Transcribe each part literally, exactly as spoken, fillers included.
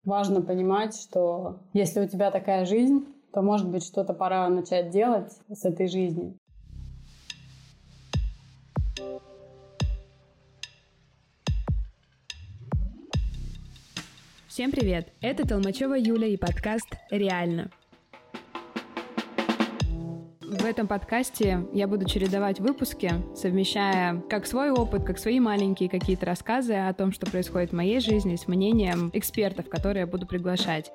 Важно понимать, что если у тебя такая жизнь, то, может быть, что-то пора начать делать с этой жизнью. Всем привет! Это Толмачева Юля и подкаст «Реально». В этом подкасте я буду чередовать выпуски, совмещая как свой опыт, как свои маленькие какие-то рассказы о том, что происходит в моей жизни, с мнением экспертов, которые я буду приглашать.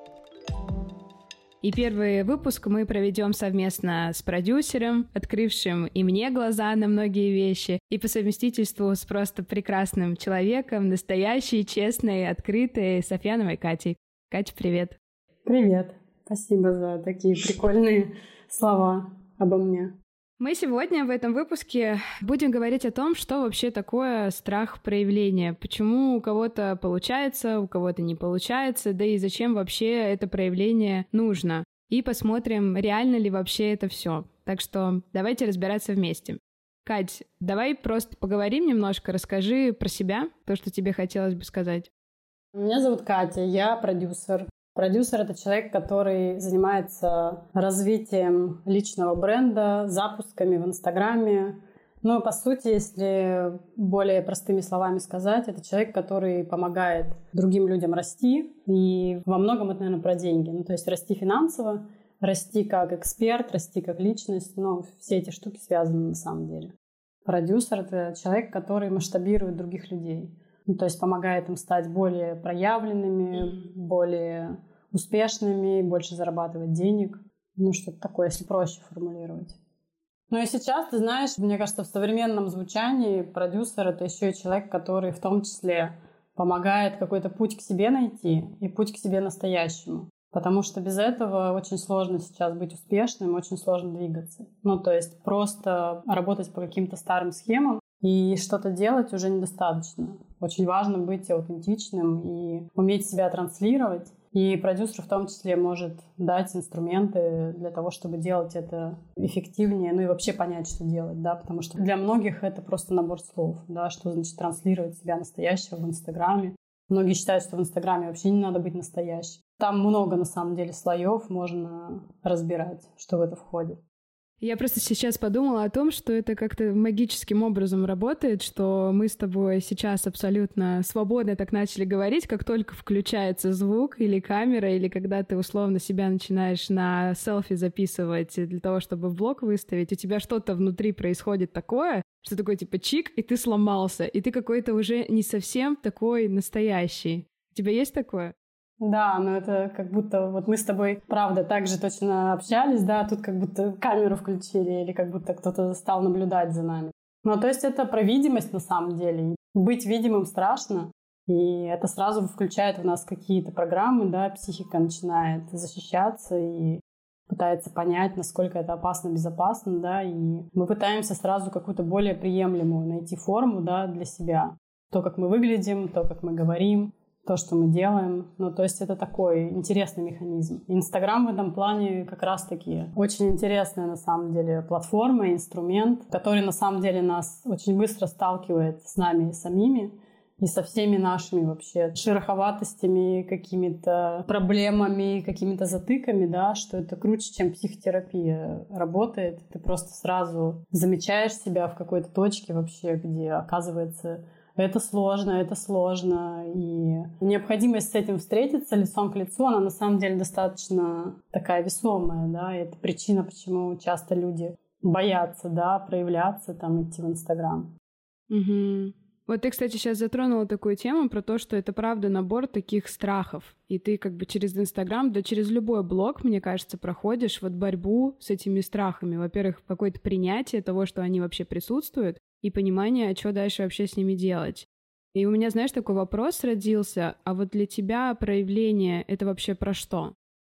И первый выпуск мы проведем совместно с продюсером, открывшим и мне глаза на многие вещи, и по совместительству с просто прекрасным человеком, настоящей, честной, открытой Софьяновой Катей. Катя, привет! Привет! Спасибо за такие прикольные слова обо мне. Мы сегодня в этом выпуске будем говорить о том, что вообще такое страх проявления, почему у кого-то получается, у кого-то не получается, да и зачем вообще это проявление нужно. И посмотрим, реально ли вообще это все. Так что давайте разбираться вместе. Кать, давай просто поговорим немножко, расскажи про себя, то, что тебе хотелось бы сказать. Меня зовут Катя, я продюсер. Продюсер — это человек, который занимается развитием личного бренда, запусками в Инстаграме. Ну, по сути, если более простыми словами сказать, это человек, который помогает другим людям расти. И во многом это, наверное, про деньги. Ну, то есть расти финансово, расти как эксперт, расти как личность. Ну, все эти штуки связаны на самом деле. Продюсер — это человек, который масштабирует других людей. Ну, то есть помогает им стать более проявленными, более успешными, больше зарабатывать денег. Ну, что-то такое, если проще формулировать. Ну и сейчас, ты знаешь, мне кажется, в современном звучании продюсер — это еще и человек, который в том числе помогает какой-то путь к себе найти и путь к себе настоящему. Потому что без этого очень сложно сейчас быть успешным, очень сложно двигаться. Ну, то есть просто работать по каким-то старым схемам и что-то делать уже недостаточно. Очень важно быть аутентичным и уметь себя транслировать. И продюсер в том числе может дать инструменты для того, чтобы делать это эффективнее, ну и вообще понять, что делать, да, потому что для многих это просто набор слов, да, что значит транслировать себя настоящего в Инстаграме. Многие считают, что в Инстаграме вообще не надо быть настоящим. Там много, на самом деле, слоев можно разбирать, что в это входит. Я просто сейчас подумала о том, что это как-то магическим образом работает, что мы с тобой сейчас абсолютно свободно так начали говорить, как только включается звук или камера, или когда ты условно себя начинаешь на селфи записывать для того, чтобы в блог выставить, у тебя что-то внутри происходит такое, что такое типа чик, и ты сломался, и ты какой-то уже не совсем такой настоящий. У тебя есть такое? Да, но это как будто вот мы с тобой, правда, так же точно общались, да, а тут как будто камеру включили или как будто кто-то стал наблюдать за нами. Ну, то есть это про видимость на самом деле. Быть видимым страшно, и это сразу включает в нас какие-то программы, да, психика начинает защищаться и пытается понять, насколько это опасно, безопасно, да, и мы пытаемся сразу какую-то более приемлемую найти форму, да, для себя. То, как мы выглядим, то, как мы говорим, то, что мы делаем. Ну, то есть это такой интересный механизм. Инстаграм в этом плане как раз-таки очень интересная на самом деле платформа, инструмент, который на самом деле нас очень быстро сталкивает с нами самими и со всеми нашими вообще шероховатостями, какими-то проблемами, какими-то затыками, да, что это круче, чем психотерапия работает. Ты просто сразу замечаешь себя в какой-то точке вообще, где, оказывается, это сложно, это сложно. И необходимость с этим встретиться лицом к лицу, она на самом деле достаточно такая весомая, да, и это причина, почему часто люди боятся, да, проявляться, там, идти в Инстаграм. Угу. Вот ты, кстати, сейчас затронула такую тему про то, что это правда набор таких страхов. И ты как бы через Инстаграм, да через любой блог, мне кажется, проходишь вот борьбу с этими страхами. Во-первых, какое-то принятие того, что они вообще присутствуют, и понимание, что дальше вообще с ними делать. И у меня, знаешь, такой вопрос родился, а вот для тебя проявление — это вообще про что?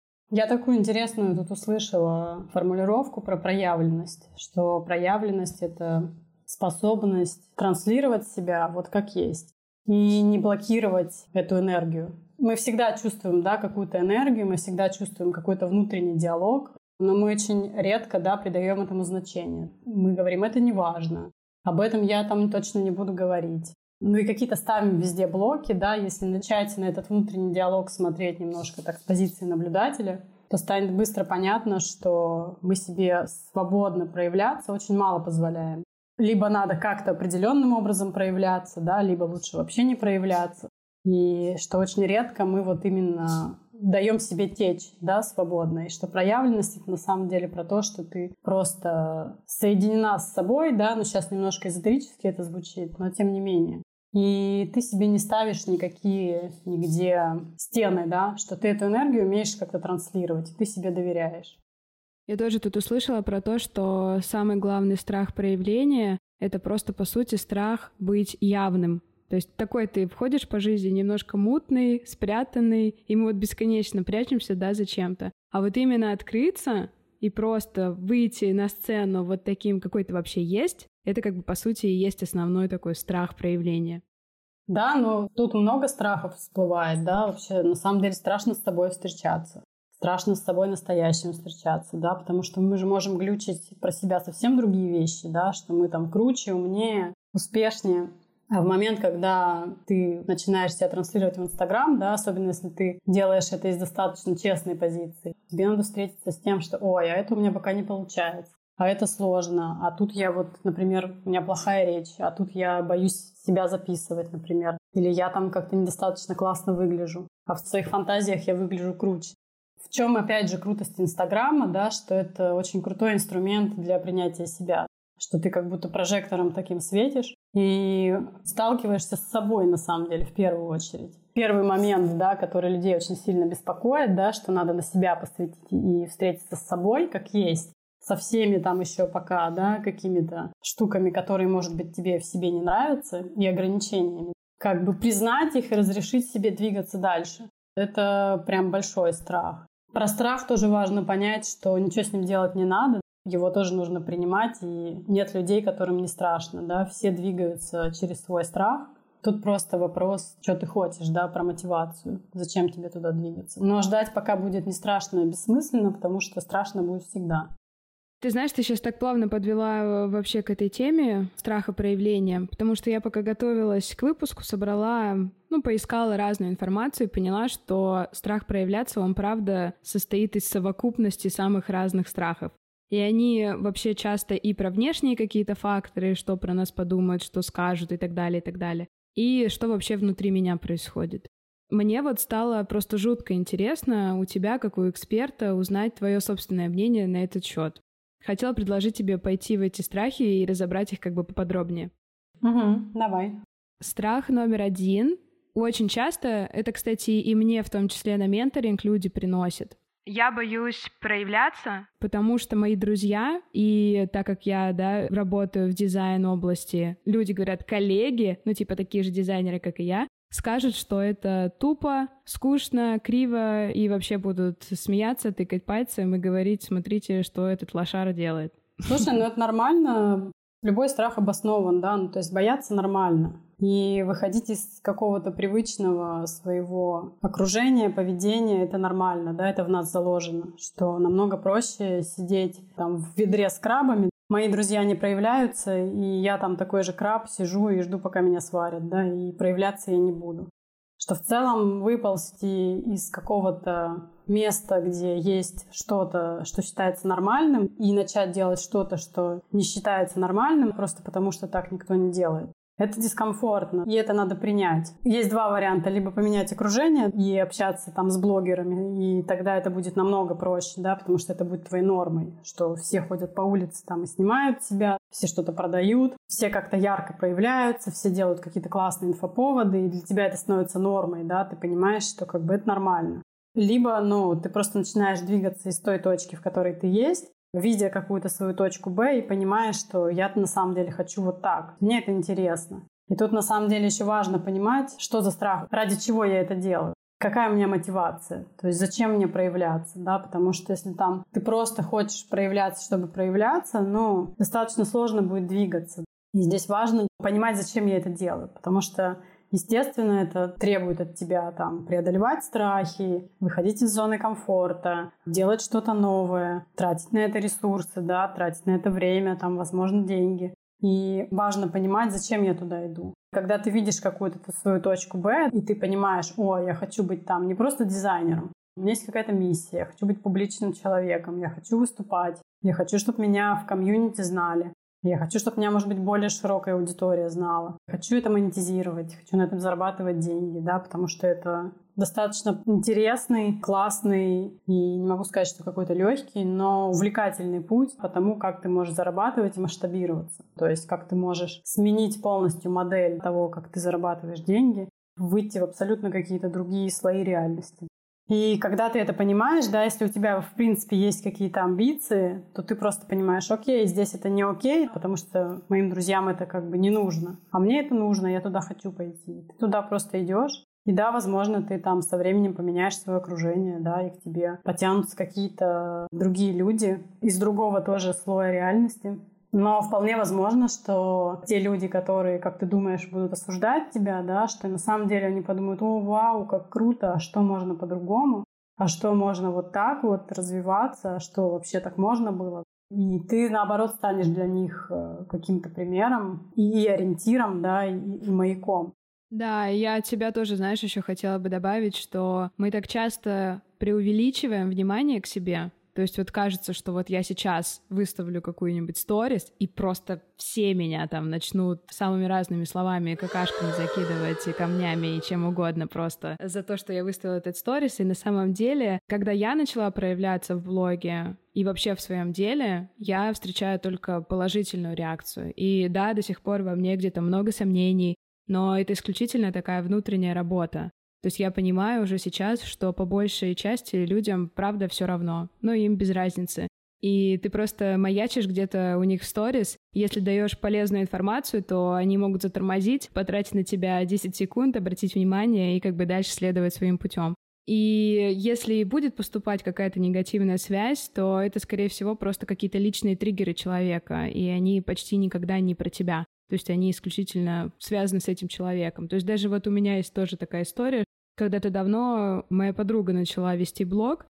Я такую интересную тут услышала формулировку про проявленность, что проявленность — это способность транслировать себя вот как есть и не блокировать эту энергию. Мы всегда чувствуем, да, какую-то энергию, мы всегда чувствуем какой-то внутренний диалог, но мы очень редко, да, придаем этому значение. Мы говорим, это не важно. Об этом я там точно не буду говорить. Ну и какие-то ставим везде блоки, да, если начать на этот внутренний диалог смотреть немножко так с позиции наблюдателя, то станет быстро понятно, что мы себе свободно проявляться очень мало позволяем. Либо надо как-то определенным образом проявляться, да, либо лучше вообще не проявляться. И что очень редко мы вот именно даем себе течь, да, свободно. И что проявленность — это на самом деле про то, что ты просто соединена с собой, да, ну сейчас немножко эзотерически это звучит, но тем не менее. И ты себе не ставишь никакие нигде стены, да, что ты эту энергию умеешь как-то транслировать, и ты себе доверяешь. Я тоже тут услышала про то, что самый главный страх проявления — это просто, по сути, страх быть явным. То есть такой ты входишь по жизни немножко мутный, спрятанный, и мы вот бесконечно прячемся, да, зачем-то. А вот именно открыться и просто выйти на сцену вот таким, какой ты вообще есть, это как бы, по сути, и есть основной такой страх проявления. Да, но тут много страхов всплывает, да, вообще на самом деле страшно с тобой встречаться. Страшно с собой настоящим встречаться, да, потому что мы же можем глючить про себя совсем другие вещи, да, что мы там круче, умнее, успешнее. А в момент, когда ты начинаешь себя транслировать в Инстаграм, да, особенно если ты делаешь это из достаточно честной позиции, тебе надо встретиться с тем, что «Ой, а это у меня пока не получается, а это сложно, а тут я вот, например, у меня плохая речь, а тут я боюсь себя записывать, например, или я там как-то недостаточно классно выгляжу, а в своих фантазиях я выгляжу круче». В чем, опять же, крутость Инстаграма, да, что это очень крутой инструмент для принятия себя, что ты как будто прожектором таким светишь и сталкиваешься с собой, на самом деле, в первую очередь. Первый момент, да, который людей очень сильно беспокоит, да, что надо на себя посвятить и встретиться с собой, как есть, со всеми там еще пока, да, какими-то штуками, которые, может быть, тебе в себе не нравятся, и ограничениями. Как бы признать их и разрешить себе двигаться дальше. Это прям большой страх. Про страх тоже важно понять, что ничего с ним делать не надо. Его тоже нужно принимать, и нет людей, которым не страшно, да, все двигаются через свой страх. Тут просто вопрос, что ты хочешь, да, про мотивацию, зачем тебе туда двигаться. Но ждать пока будет не страшно, а бессмысленно, потому что страшно будет всегда. Ты знаешь, ты сейчас так плавно подвела вообще к этой теме страха проявления, потому что я пока готовилась к выпуску, собрала, ну, поискала разную информацию и поняла, что страх проявляться, он, правда, состоит из совокупности самых разных страхов. И они вообще часто и про внешние какие-то факторы, что про нас подумают, что скажут и так далее, и так далее. И что вообще внутри меня происходит. Мне вот стало просто жутко интересно у тебя, как у эксперта, узнать твое собственное мнение на этот счет. Хотела предложить тебе пойти в эти страхи и разобрать их как бы поподробнее. Угу, давай. Страх номер один. Очень часто, это, кстати, и мне в том числе на менторинг люди приносят. Я боюсь проявляться, потому что мои друзья, и так как я, да, работаю в дизайн-области, люди говорят, коллеги, ну типа такие же дизайнеры, как и я, скажут, что это тупо, скучно, криво, и вообще будут смеяться, тыкать пальцем и говорить, смотрите, что этот лошара делает. Слушай, ну это нормально. Любой страх обоснован, да, ну то есть бояться нормально. И выходить из какого-то привычного своего окружения, поведения, это нормально, да, это в нас заложено, что намного проще сидеть там в ведре с крабами. Мои друзья не проявляются, и я там такой же краб сижу и жду, пока меня сварят, да, и проявляться я не буду. Что в целом выползти из какого-то места, где есть что-то, что считается нормальным, и начать делать что-то, что не считается нормальным, просто потому что так никто не делает. Это дискомфортно, и это надо принять. Есть два варианта. Либо поменять окружение и общаться там с блогерами, и тогда это будет намного проще, да, потому что это будет твоей нормой, что все ходят по улице там и снимают себя, все что-то продают, все как-то ярко проявляются, все делают какие-то классные инфоповоды, и для тебя это становится нормой, да, ты понимаешь, что как бы это нормально. Либо, ну, ты просто начинаешь двигаться из той точки, в которой ты есть, видя какую-то свою точку Б и понимая, что я на самом деле хочу вот так. Мне это интересно. И тут на самом деле еще важно понимать, что за страх, ради чего я это делаю, какая у меня мотивация, то есть зачем мне проявляться, да, потому что если там ты просто хочешь проявляться, чтобы проявляться, ну, достаточно сложно будет двигаться. И здесь важно понимать, зачем я это делаю, потому что естественно, это требует от тебя там преодолевать страхи, выходить из зоны комфорта, делать что-то новое, тратить на это ресурсы, да, тратить на это время, там, возможно, деньги. И важно понимать, зачем я туда иду. Когда ты видишь какую-то свою точку Б, и ты понимаешь, о, я хочу быть там не просто дизайнером, у меня есть какая-то миссия, я хочу быть публичным человеком, я хочу выступать, я хочу, чтобы меня в комьюнити знали, я хочу, чтобы меня, может быть, более широкая аудитория знала. Хочу это монетизировать, хочу на этом зарабатывать деньги, да, потому что это достаточно интересный, классный и не могу сказать, что какой-то легкий, но увлекательный путь по тому, как ты можешь зарабатывать и масштабироваться. То есть как ты можешь сменить полностью модель того, как ты зарабатываешь деньги, выйти в абсолютно какие-то другие слои реальности. И когда ты это понимаешь, да, если у тебя, в принципе, есть какие-то амбиции, то ты просто понимаешь, окей, здесь это не окей, потому что моим друзьям это как бы не нужно. А мне это нужно, я туда хочу пойти. Ты туда просто идешь. И да, возможно, ты там со временем поменяешь свое окружение, да, и к тебе потянутся какие-то другие люди из другого тоже слоя реальности. Но вполне возможно, что те люди, которые, как ты думаешь, будут осуждать тебя, да, что на самом деле они подумают, о, вау, как круто, а что можно по-другому, а что можно вот так вот развиваться, а что вообще так можно было. И ты, наоборот, станешь для них каким-то примером и ориентиром, да, и, и маяком. Да, я от тебя тоже, знаешь, еще хотела бы добавить, что мы так часто преувеличиваем внимание к себе. То есть вот кажется, что вот я сейчас выставлю какую-нибудь сторис, и просто все меня там начнут самыми разными словами, какашками закидывать, и камнями, и чем угодно просто за то, что я выставила этот сторис. И на самом деле, когда я начала проявляться в блоге и вообще в своем деле, я встречаю только положительную реакцию. И да, до сих пор во мне где-то много сомнений, но это исключительно такая внутренняя работа. То есть я понимаю уже сейчас, что по большей части людям правда все равно, но им без разницы. И ты просто маячишь где-то у них в сторис. Если даешь полезную информацию, то они могут затормозить, потратить на тебя десять секунд, обратить внимание и как бы дальше следовать своим путем. И если будет поступать какая-то негативная связь, то это, скорее всего, просто какие-то личные триггеры человека, и они почти никогда не про тебя. То есть они исключительно связаны с этим человеком. То есть даже вот у меня есть тоже такая история. Когда-то давно моя подруга начала вести блог,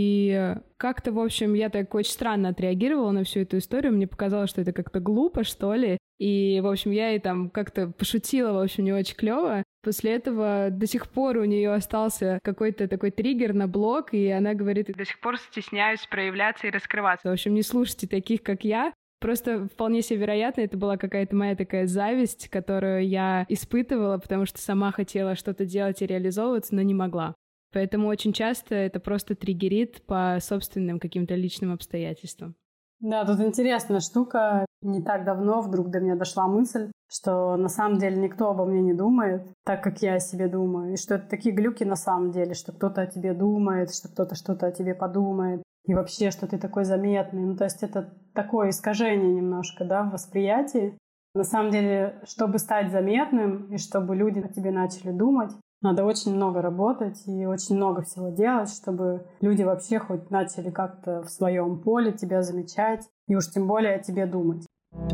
и как-то, в общем, я так очень странно отреагировала на всю эту историю. Мне показалось, что это как-то глупо, что ли. И, в общем, я ей там как-то пошутила, в общем, не очень клево. После этого до сих пор у нее остался какой-то такой триггер на блог, и она говорит, до сих пор стесняюсь проявляться и раскрываться. В общем, не слушайте таких, как я. Просто вполне себе вероятно, это была какая-то моя такая зависть, которую я испытывала, потому что сама хотела что-то делать и реализовываться, но не могла. Поэтому очень часто это просто триггерит по собственным каким-то личным обстоятельствам. Да, тут интересная штука. Не так давно вдруг до меня дошла мысль, что на самом деле никто обо мне не думает так, как я о себе думаю. И что это такие глюки на самом деле, что кто-то о тебе думает, что кто-то что-то о тебе подумает. И вообще, что ты такой заметный. Ну, то есть это такое искажение немножко, да, в восприятии. На самом деле, чтобы стать заметным и чтобы люди о тебе начали думать, надо очень много работать и очень много всего делать, чтобы люди вообще хоть начали как-то в своем поле тебя замечать и уж тем более о тебе думать.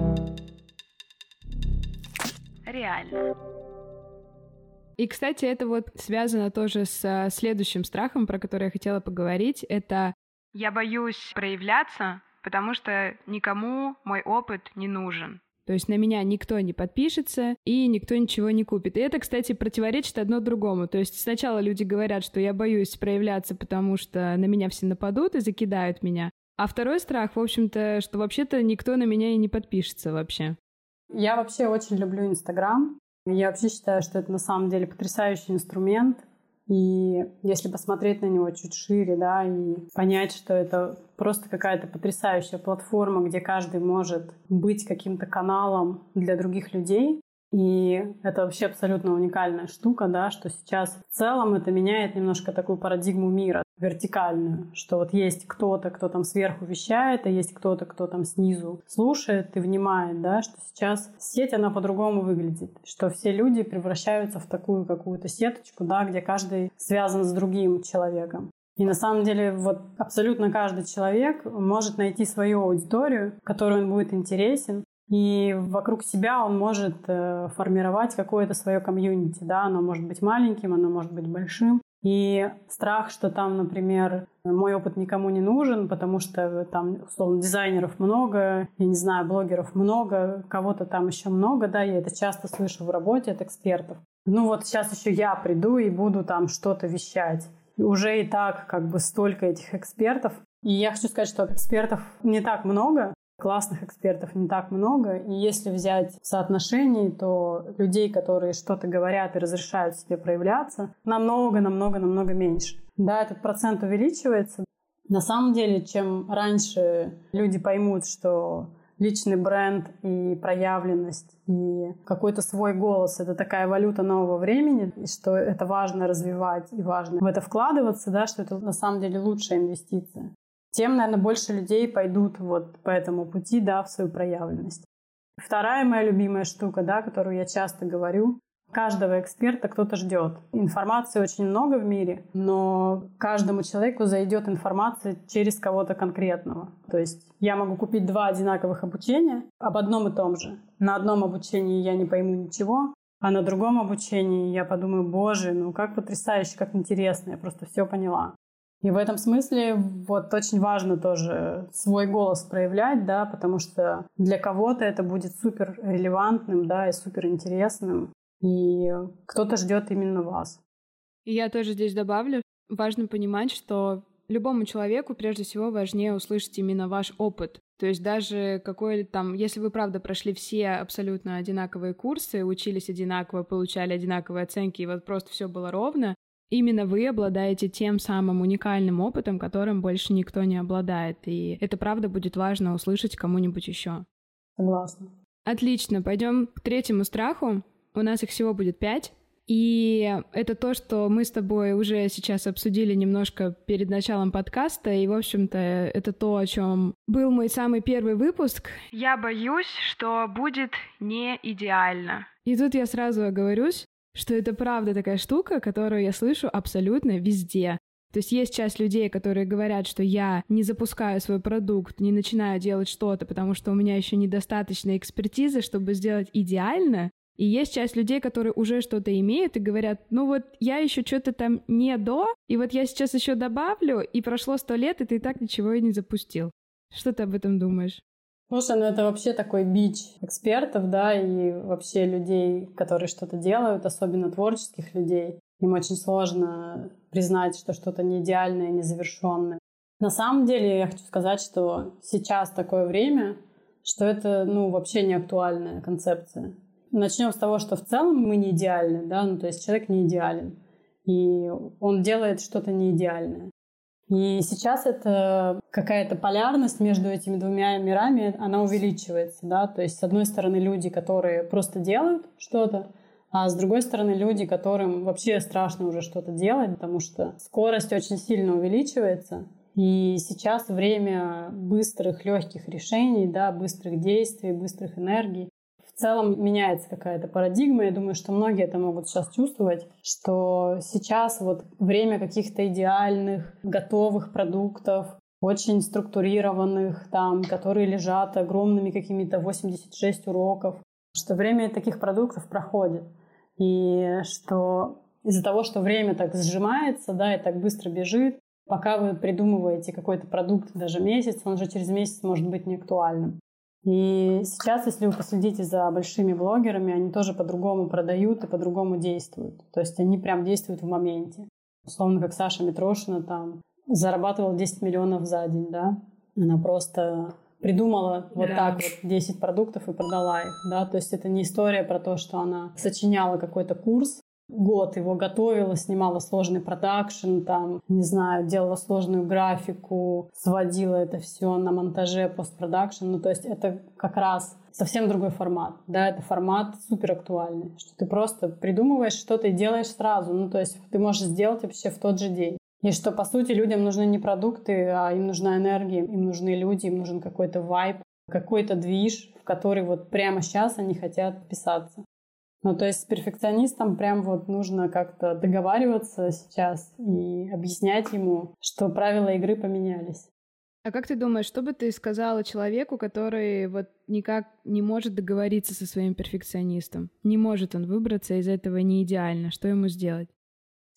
Реально. И, кстати, это вот связано тоже с следующим страхом, про который я хотела поговорить. Это я боюсь проявляться, потому что никому мой опыт не нужен. То есть на меня никто не подпишется и никто ничего не купит. И это, кстати, противоречит одно другому. То есть сначала люди говорят, что я боюсь проявляться, потому что на меня все нападут и закидают меня. А второй страх, в общем-то, что вообще-то никто на меня и не подпишется вообще. Я вообще очень люблю Инстаграм. Я вообще считаю, что это на самом деле потрясающий инструмент. И если посмотреть на него чуть шире, да, и понять, что это просто какая-то потрясающая платформа, где каждый может быть каким-то каналом для других людей. И это вообще абсолютно уникальная штука, да, что сейчас в целом это меняет немножко такую парадигму мира, вертикальную, что вот есть кто-то, кто там сверху вещает, а есть кто-то, кто там снизу слушает и внимает, да, что сейчас сеть, она по-другому выглядит, что все люди превращаются в такую какую-то сеточку, да, где каждый связан с другим человеком. И на самом деле вот абсолютно каждый человек может найти свою аудиторию, которой он будет интересен, и вокруг себя он может э, формировать какое-то свое комьюнити, да, оно может быть маленьким, оно может быть большим. И страх, что там, например, мой опыт никому не нужен, потому что там, условно, дизайнеров много, я не знаю, блогеров много, кого-то там еще много, да, я это часто слышу в работе от экспертов. Ну вот сейчас еще я приду и буду там что-то вещать. И уже и так как бы столько этих экспертов. И я хочу сказать, что экспертов не так много, классных экспертов не так много. И если взять в соотношении, то людей, которые что-то говорят и разрешают себе проявляться, намного-намного-намного меньше. Да, этот процент увеличивается. На самом деле, чем раньше люди поймут, что личный бренд и проявленность, и какой-то свой голос — это такая валюта нового времени, и что это важно развивать и важно в это вкладываться, да, что это на самом деле лучшая инвестиция, тем, наверное, больше людей пойдут вот по этому пути, да, в свою проявленность. Вторая моя любимая штука, да, которую я часто говорю, каждого эксперта кто-то ждет. Информации очень много в мире, но каждому человеку зайдет информация через кого-то конкретного. То есть я могу купить два одинаковых обучения об одном и том же. На одном обучении я не пойму ничего, а на другом обучении я подумаю: боже, ну как потрясающе, как интересно, я просто все поняла. И в этом смысле вот очень важно тоже свой голос проявлять, да, потому что для кого-то это будет супер релевантным, да, и супер интересным, и кто-то ждет именно вас. И я тоже здесь добавлю, важно понимать, что любому человеку прежде всего важнее услышать именно ваш опыт. То есть даже какой там, если вы правда прошли все абсолютно одинаковые курсы, учились одинаково, получали одинаковые оценки, и вот просто все было ровно, именно вы обладаете тем самым уникальным опытом, которым больше никто не обладает. И это правда будет важно услышать кому-нибудь еще. Согласна. Отлично, пойдем к третьему страху. У нас их всего будет пять. И это то, что мы с тобой уже сейчас обсудили немножко перед началом подкаста. И, в общем-то, это то, о чем был мой самый первый выпуск. Я боюсь, что будет не идеально. И тут я сразу оговорюсь, что это правда такая штука, которую я слышу абсолютно везде. То есть есть часть людей, которые говорят, что я не запускаю свой продукт, не начинаю делать что-то, потому что у меня еще недостаточно экспертизы, чтобы сделать идеально. И есть часть людей, которые уже что-то имеют и говорят: ну вот я еще что-то там не до, и вот я сейчас еще добавлю, и прошло сто лет, и ты и так ничего и не запустил. Что ты об этом думаешь? Слушай, ну это вообще такой бич экспертов, да, и вообще людей, которые что-то делают, особенно творческих людей. Им очень сложно признать, что что-то не идеальное, незавершенное. На самом деле я хочу сказать, что сейчас такое время, что это, ну, вообще не актуальная концепция. Начнем с того, что в целом мы не идеальны, да, ну то есть человек не идеален, и он делает что-то не идеальное. И сейчас это какая-то полярность между этими двумя мирами, она увеличивается, да, то есть с одной стороны люди, которые просто делают что-то, а с другой стороны люди, которым вообще страшно уже что-то делать, потому что скорость очень сильно увеличивается, и сейчас время быстрых, легких решений, да, быстрых действий, быстрых энергий. В целом меняется какая-то парадигма. Я думаю, что многие это могут сейчас чувствовать, что сейчас вот время каких-то идеальных, готовых продуктов, очень структурированных, там, которые лежат огромными какими-то восемьдесят шесть уроков, что время таких продуктов проходит. И что из-за того, что время так сжимается, да, и так быстро бежит, пока вы придумываете какой-то продукт даже месяц, он же через месяц может быть неактуальным. И сейчас, если вы последите за большими блогерами, они тоже по-другому продают и по-другому действуют. То есть они прям действуют в моменте. Условно, как Саша Митрошина там зарабатывала десять миллионов за день, да? Она просто придумала вот да. так вот десять продуктов и продала их, да? То есть это не история про то, что она сочиняла какой-то курс, год его готовила, снимала сложный продакшн, там, не знаю, делала сложную графику, сводила это все на монтаже, постпродакшн. Ну, то есть это как раз совсем другой формат. Да, это формат супер актуальный, что ты просто придумываешь что-то и делаешь сразу. Ну, то есть ты можешь сделать вообще в тот же день. И что, по сути, людям нужны не продукты, а им нужна энергия, им нужны люди, им нужен какой-то вайб, какой-то движ, в который вот прямо сейчас они хотят вписаться. Ну, то есть с перфекционистом прям вот нужно как-то договариваться сейчас и объяснять ему, что правила игры поменялись. А как ты думаешь, что бы ты сказала человеку, который вот никак не может договориться со своим перфекционистом? Не может он выбраться из этого не идеально. Что ему сделать?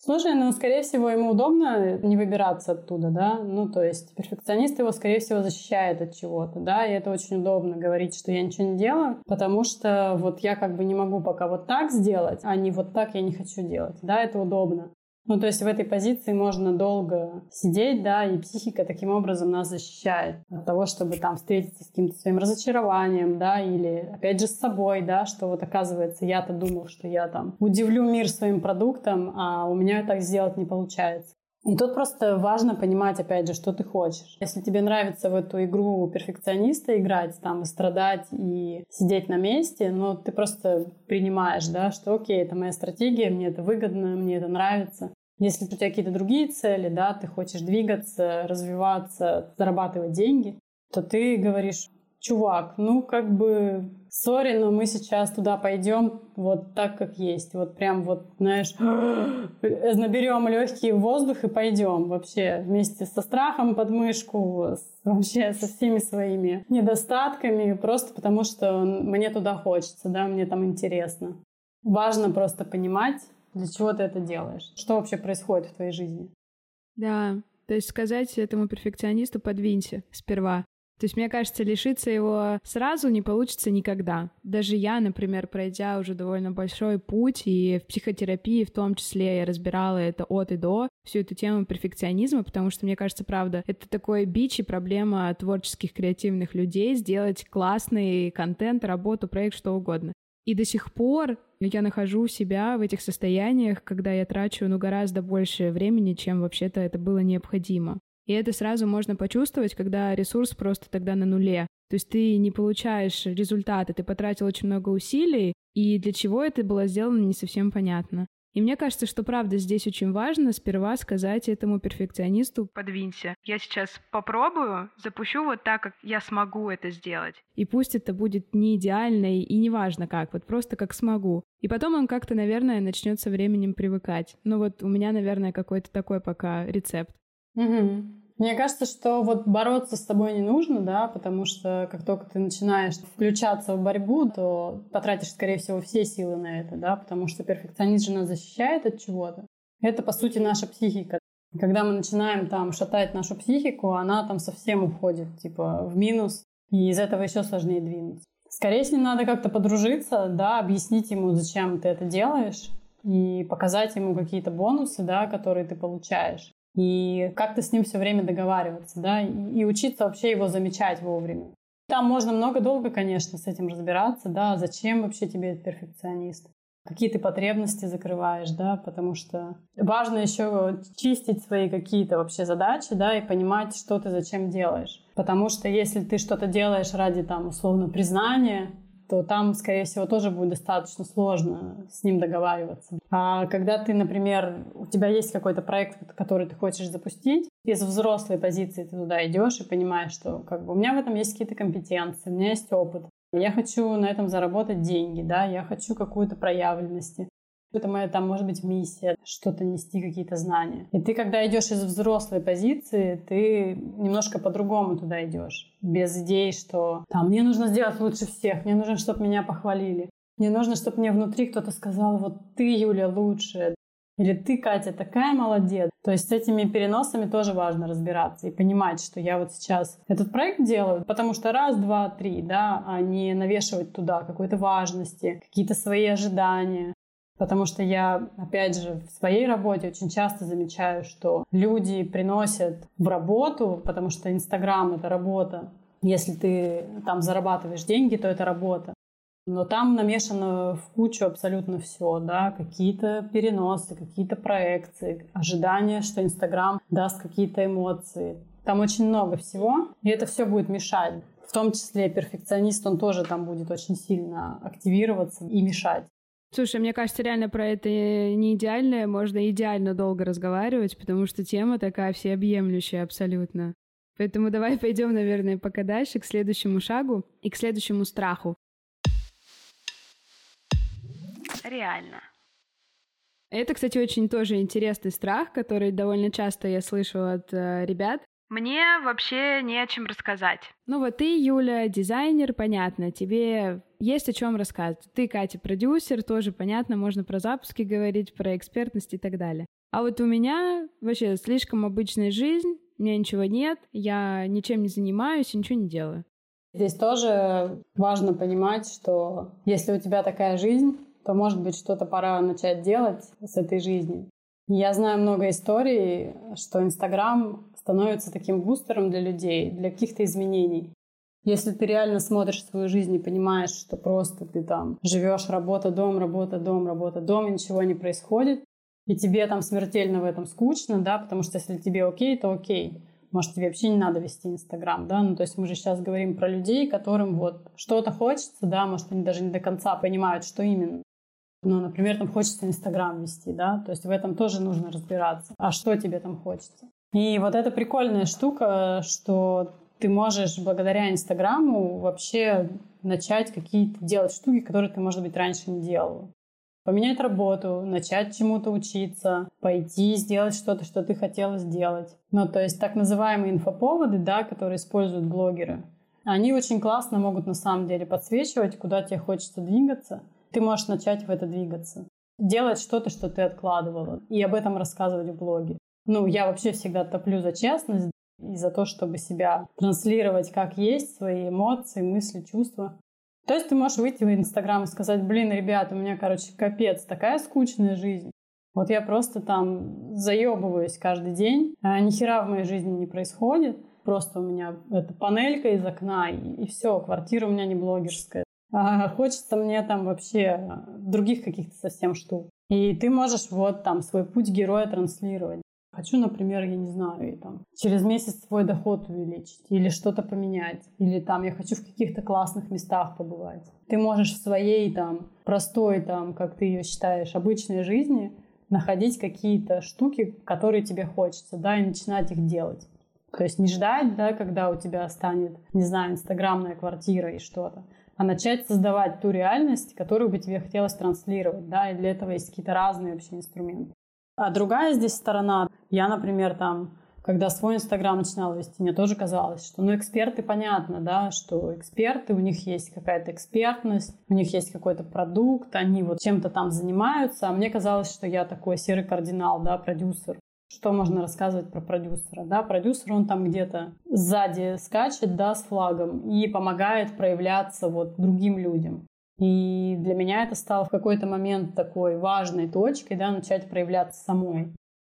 Слушай, ну, скорее всего, ему удобно не выбираться оттуда, да, ну, то есть перфекционист его, скорее всего, защищает от чего-то, да, и это очень удобно говорить, что я ничего не делаю, потому что вот я как бы не могу пока вот так сделать, а не вот так я не хочу делать, да, это удобно. Ну, то есть в этой позиции можно долго сидеть, да, и психика таким образом нас защищает от того, чтобы там встретиться с каким-то своим разочарованием, да, или опять же с собой, да, что вот оказывается я-то думал, что я там удивлю мир своим продуктом, а у меня так сделать не получается. И тут просто важно понимать, опять же, что ты хочешь. Если тебе нравится в эту игру перфекциониста играть, там, и страдать, и сидеть на месте, ну, ты просто принимаешь, да, что окей, это моя стратегия, мне это выгодно, мне это нравится. Если у тебя какие-то другие цели, да, ты хочешь двигаться, развиваться, зарабатывать деньги, то ты говоришь: чувак, ну, как бы, сори, но мы сейчас туда пойдем вот так, как есть. Вот прям вот, знаешь, наберем легкий воздух и пойдем вообще вместе со страхом под мышку, с, вообще со всеми своими недостатками, просто потому что мне туда хочется, да, мне там интересно. Важно просто понимать, для чего ты это делаешь, что вообще происходит в твоей жизни. Да, то есть сказать этому перфекционисту: подвинься сперва. То есть, мне кажется, лишиться его сразу не получится никогда. Даже я, например, пройдя уже довольно большой путь, и в психотерапии в том числе я разбирала это от и до, всю эту тему перфекционизма, потому что, мне кажется, правда, это такой бич и проблема творческих, креативных людей — сделать классный контент, работу, проект, что угодно. И до сих пор я нахожу себя в этих состояниях, когда я трачу, ну, гораздо больше времени, чем вообще-то это было необходимо. И это сразу можно почувствовать, когда ресурс просто тогда на нуле. То есть ты не получаешь результаты, ты потратил очень много усилий, и для чего это было сделано, не совсем понятно. И мне кажется, что правда здесь очень важно сперва сказать этому перфекционисту: подвинься. Я сейчас попробую, запущу вот так, как я смогу это сделать. И пусть это будет не идеально и не важно как, вот просто как смогу. И потом он как-то, наверное, начнет со временем привыкать. Ну вот у меня, наверное, какой-то такой пока рецепт. Угу. Мне кажется, что вот бороться с собой не нужно, да, потому что как только ты начинаешь включаться в борьбу, то потратишь, скорее всего, все силы на это, да, потому что перфекционист же нас защищает от чего-то. Это, по сути, наша психика. Когда мы начинаем там шатать нашу психику, она там совсем уходит, типа, в минус, и из этого еще сложнее двинуться. Скорее с ним надо как-то подружиться, да, объяснить ему, зачем ты это делаешь, и показать ему какие-то бонусы, да, которые ты получаешь. И как-то с ним все время договариваться, да, и, и учиться вообще его замечать вовремя. Там можно много-долго, конечно, с этим разбираться, да, зачем вообще тебе этот перфекционист, какие ты потребности закрываешь, да, потому что важно еще чистить свои какие-то вообще задачи, да, и понимать, что ты зачем делаешь. Потому что если ты что-то делаешь ради, там, условно, признания, то там, скорее всего, тоже будет достаточно сложно с ним договариваться. А когда ты, например, у тебя есть какой-то проект, который ты хочешь запустить, из взрослой позиции ты туда идешь и понимаешь, что как бы у меня в этом есть какие-то компетенции, у меня есть опыт, я хочу на этом заработать деньги, да, я хочу какую-то проявленность. Это моя, там, может быть, миссия, что-то нести, какие-то знания. И ты, когда идешь из взрослой позиции, ты немножко по-другому туда идешь. Без идей, что там мне нужно сделать лучше всех, мне нужно, чтобы меня похвалили. Мне нужно, чтобы мне внутри кто-то сказал: вот ты, Юля, лучшая. Или ты, Катя, такая молодец. То есть с этими переносами тоже важно разбираться и понимать, что я вот сейчас этот проект делаю, потому что раз, два, три, да, а не навешивать туда какой-то важности, какие-то свои ожидания. Потому что я, опять же, в своей работе очень часто замечаю, что люди приносят в работу, потому что Инстаграм — это работа. Если ты там зарабатываешь деньги, то это работа. Но там намешано в кучу абсолютно все, да, какие-то переносы, какие-то проекции, ожидания, что Инстаграм даст какие-то эмоции. Там очень много всего, и это все будет мешать. В том числе перфекционист, он тоже там будет очень сильно активироваться и мешать. Слушай, мне кажется, реально про это не идеальное, можно идеально долго разговаривать, потому что тема такая всеобъемлющая абсолютно. Поэтому давай пойдем, наверное, пока дальше, к следующему шагу и к следующему страху. Реально. Это, кстати, очень тоже интересный страх, который довольно часто я слышу от э, ребят. Мне вообще не о чем рассказать. Ну вот ты, Юля, дизайнер, понятно, тебе есть о чем рассказывать. Ты, Катя, продюсер, тоже понятно, можно про запуски говорить, про экспертность и так далее. А вот у меня вообще слишком обычная жизнь, у меня ничего нет, я ничем не занимаюсь и ничего не делаю. Здесь тоже важно понимать, что если у тебя такая жизнь, то, может быть, что-то пора начать делать с этой жизнью. Я знаю много историй, что Инстаграм становится таким бустером для людей, для каких-то изменений. Если ты реально смотришь свою жизнь и понимаешь, что просто ты там живешь, работа, дом, работа, дом, работа, дом, и ничего не происходит, и тебе там смертельно в этом скучно, да, потому что если тебе окей, то окей. Может, тебе вообще не надо вести Инстаграм, да, ну, то есть мы же сейчас говорим про людей, которым вот что-то хочется, да, может, они даже не до конца понимают, что именно. Ну, например, там хочется Инстаграм вести, да, то есть в этом тоже нужно разбираться. А что тебе там хочется? И вот эта прикольная штука, что ты можешь благодаря Инстаграму вообще начать какие-то делать штуки, которые ты, может быть, раньше не делала. Поменять работу, начать чему-то учиться, пойти сделать что-то, что ты хотела сделать. Ну, то есть так называемые инфоповоды, да, которые используют блогеры, они очень классно могут на самом деле подсвечивать, куда тебе хочется двигаться. Ты можешь начать в это двигаться. Делать что-то, что ты откладывала, и об этом рассказывать в блоге. Ну, я вообще всегда топлю за честность и за то, чтобы себя транслировать как есть, свои эмоции, мысли, чувства. То есть ты можешь выйти в Инстаграм и сказать: блин, ребята, у меня, короче, капец, такая скучная жизнь. Вот я просто там заебываюсь каждый день, а ни хера в моей жизни не происходит. Просто у меня эта панелька из окна, и, и все, квартира у меня не блогерская. А хочется мне там вообще других каких-то совсем штук. И ты можешь вот там свой путь героя транслировать. Хочу, например, я не знаю, и, там, через месяц свой доход увеличить или что-то поменять. Или там я хочу в каких-то классных местах побывать. Ты можешь в своей там простой, там, как ты ее считаешь, обычной жизни находить какие-то штуки, которые тебе хочется, да, и начинать их делать. То есть не ждать, да, когда у тебя станет, не знаю, инстаграмная квартира и что-то, а начать создавать ту реальность, которую бы тебе хотелось транслировать, да, и для этого есть какие-то разные вообще инструменты. А другая здесь сторона, я, например, там, когда свой Инстаграм начинала вести, мне тоже казалось, что, ну, эксперты, понятно, да, что эксперты, у них есть какая-то экспертность, у них есть какой-то продукт, они вот чем-то там занимаются, а мне казалось, что я такой серый кардинал, да, продюсер. Что можно рассказывать про продюсера, да, продюсер, он там где-то сзади скачет, да, с флагом и помогает проявляться вот другим людям. И для меня это стало в какой-то момент такой важной точкой, да, начать проявляться самой.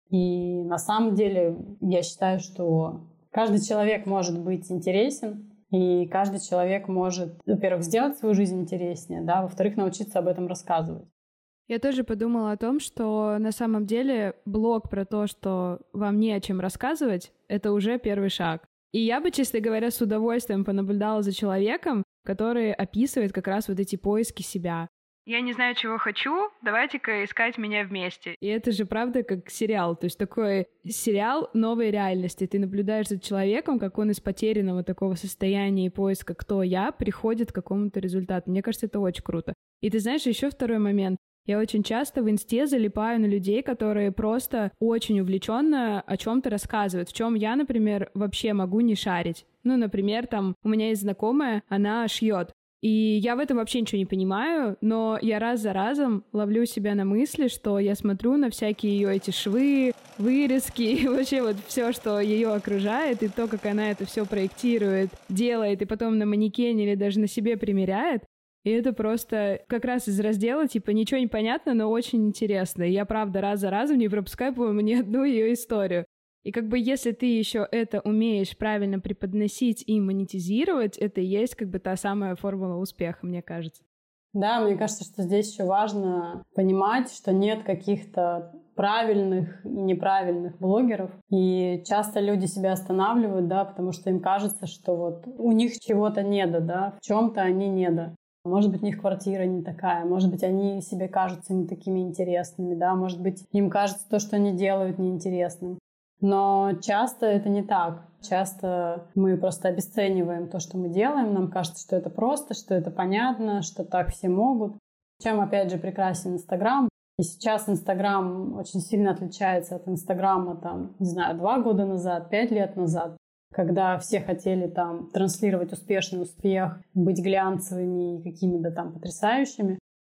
И на самом деле я считаю, что каждый человек может быть интересен, и каждый человек может, во-первых, сделать свою жизнь интереснее, да, во-вторых, научиться об этом рассказывать. Я тоже подумала о том, что на самом деле блог про то, что вам не о чем рассказывать, это уже первый шаг. И я бы, честно говоря, с удовольствием понаблюдала за человеком, который описывает как раз вот эти поиски себя. Я не знаю, чего хочу, давайте-ка искать меня вместе. И это же правда как сериал, то есть такой сериал новой реальности. Ты наблюдаешь за человеком, как он из потерянного такого состояния и поиска «кто я» приходит к какому-то результату. Мне кажется, это очень круто. И ты знаешь, еще второй момент. Я очень часто в инсте залипаю на людей, которые просто очень увлеченно о чем-то рассказывают, в чем я, например, вообще могу не шарить. Ну, например, там у меня есть знакомая, она шьет. И я в этом вообще ничего не понимаю, но я раз за разом ловлю себя на мысли, что я смотрю на всякие ее эти швы, вырезки, и вообще вот все, что ее окружает, и то, как она это все проектирует, делает, и потом на манекене или даже на себе примеряет. И это просто как раз из раздела, типа, ничего не понятно, но очень интересно. И я, правда, раз за разом не пропускаю, по-моему, ни одну ее историю. И как бы если ты еще это умеешь правильно преподносить и монетизировать, это и есть как бы та самая формула успеха, мне кажется. Да, мне кажется, что здесь еще важно понимать, что нет каких-то правильных и неправильных блогеров. И часто люди себя останавливают, да, потому что им кажется, что вот у них чего-то недо, да, в чем-то они недо. Может быть, у них квартира не такая, может быть, они себе кажутся не такими интересными, да, может быть, им кажется то, что они делают, неинтересным. Но часто это не так. Часто мы просто обесцениваем то, что мы делаем, нам кажется, что это просто, что это понятно, что так все могут. Чем, опять же, прекрасен Инстаграм. И сейчас Инстаграм очень сильно отличается от Инстаграма, там, не знаю, два года назад, пять лет назад, когда все хотели там транслировать успешный успех, быть глянцевыми и какими-то там потрясающими.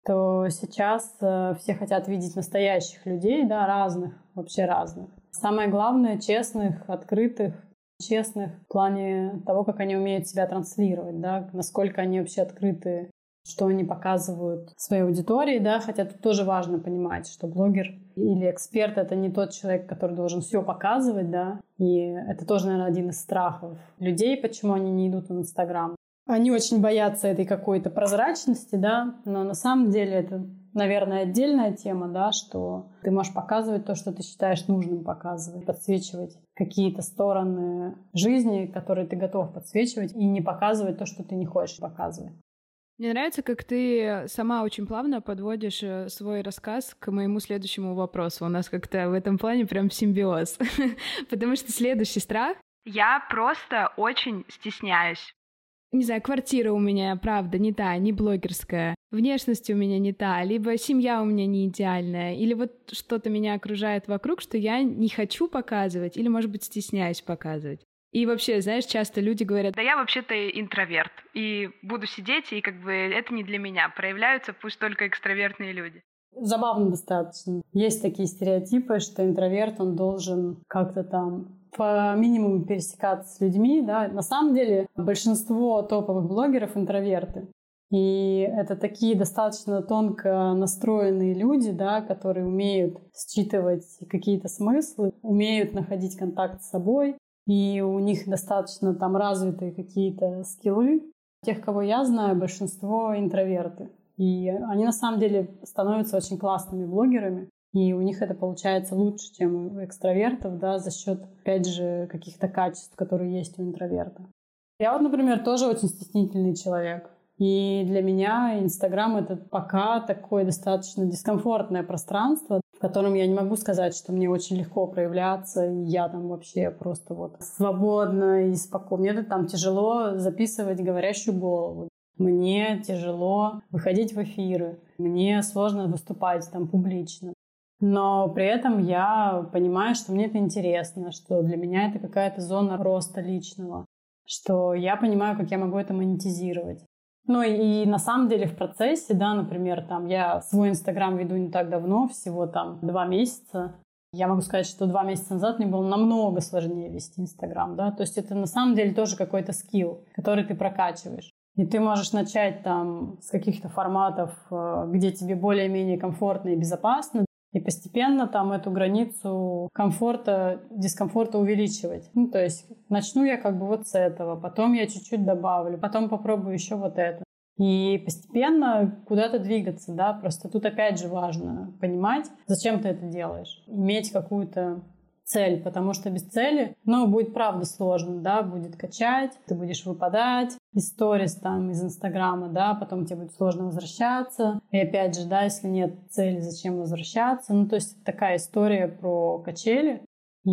то сейчас э, все хотят видеть настоящих людей, да, разных, вообще разных. Самое главное — честных, открытых, честных в плане того, как они умеют себя транслировать, да, насколько они вообще открыты, что они показывают своей аудитории, да, хотя тут тоже важно понимать, что блогер или эксперт — это не тот человек, который должен все показывать, да, и это тоже, наверное, один из страхов людей, почему они не идут в Инстаграм. Они очень боятся этой какой-то прозрачности, да, но на самом деле это, наверное, отдельная тема, да, что ты можешь показывать то, что ты считаешь нужным показывать, подсвечивать какие-то стороны жизни, которые ты готов подсвечивать, и не показывать то, что ты не хочешь показывать. Мне нравится, как ты сама очень плавно подводишь свой рассказ к моему следующему вопросу. У нас как-то в этом плане прям симбиоз. Потому что следующий страх — я просто очень стесняюсь. Не знаю, квартира у меня, правда, не та, не блогерская, внешность у меня не та, либо семья у меня не идеальная, или вот что-то меня окружает вокруг, что я не хочу показывать, или, может быть, стесняюсь показывать. И вообще, знаешь, часто люди говорят: да я вообще-то интроверт, и буду сидеть, и как бы это не для меня, проявляются пусть только экстравертные люди. Забавно достаточно. Есть такие стереотипы, что интроверт, он должен как-то там по минимуму пересекаться с людьми, да. На самом деле большинство топовых блогеров интроверты. И это такие достаточно тонко настроенные люди, да, которые умеют считывать какие-то смыслы, умеют находить контакт с собой, и у них достаточно там развитые какие-то скиллы. Тех, кого я знаю, большинство интроверты. И они на самом деле становятся очень классными блогерами. И у них это получается лучше, чем у экстравертов, да, за счет, опять же, каких-то качеств, которые есть у интроверта. Я вот, например, тоже очень стеснительный человек. И для меня Инстаграм — это пока такое достаточно дискомфортное пространство, в котором я не могу сказать, что мне очень легко проявляться, и я там вообще просто вот свободна и спокойна. Мне там тяжело записывать говорящую голову. Мне тяжело выходить в эфиры. Мне сложно выступать там публично. Но при этом я понимаю, что мне это интересно, что для меня это какая-то зона роста личного, что я понимаю, как я могу это монетизировать. Ну и на самом деле в процессе, да, например, там я свой Инстаграм веду не так давно, всего там два месяца. Я могу сказать, что два месяца назад мне было намного сложнее вести Инстаграм, да, то есть это на самом деле тоже какой-то скилл, который ты прокачиваешь. И ты можешь начать там с каких-то форматов, где тебе более-менее комфортно и безопасно, и постепенно там эту границу комфорта, дискомфорта увеличивать. Ну, то есть начну я как бы вот с этого, потом я чуть-чуть добавлю, потом попробую еще вот это. И постепенно куда-то двигаться, да, просто тут опять же важно понимать, зачем ты это делаешь, иметь какую-то цель, потому что без цели, ну, будет правда сложно, да, будет качать, ты будешь выпадать из сторис там, из Инстаграма, да, потом тебе будет сложно возвращаться. И опять же, да, если нет цели, зачем возвращаться? Ну, то есть такая история про качели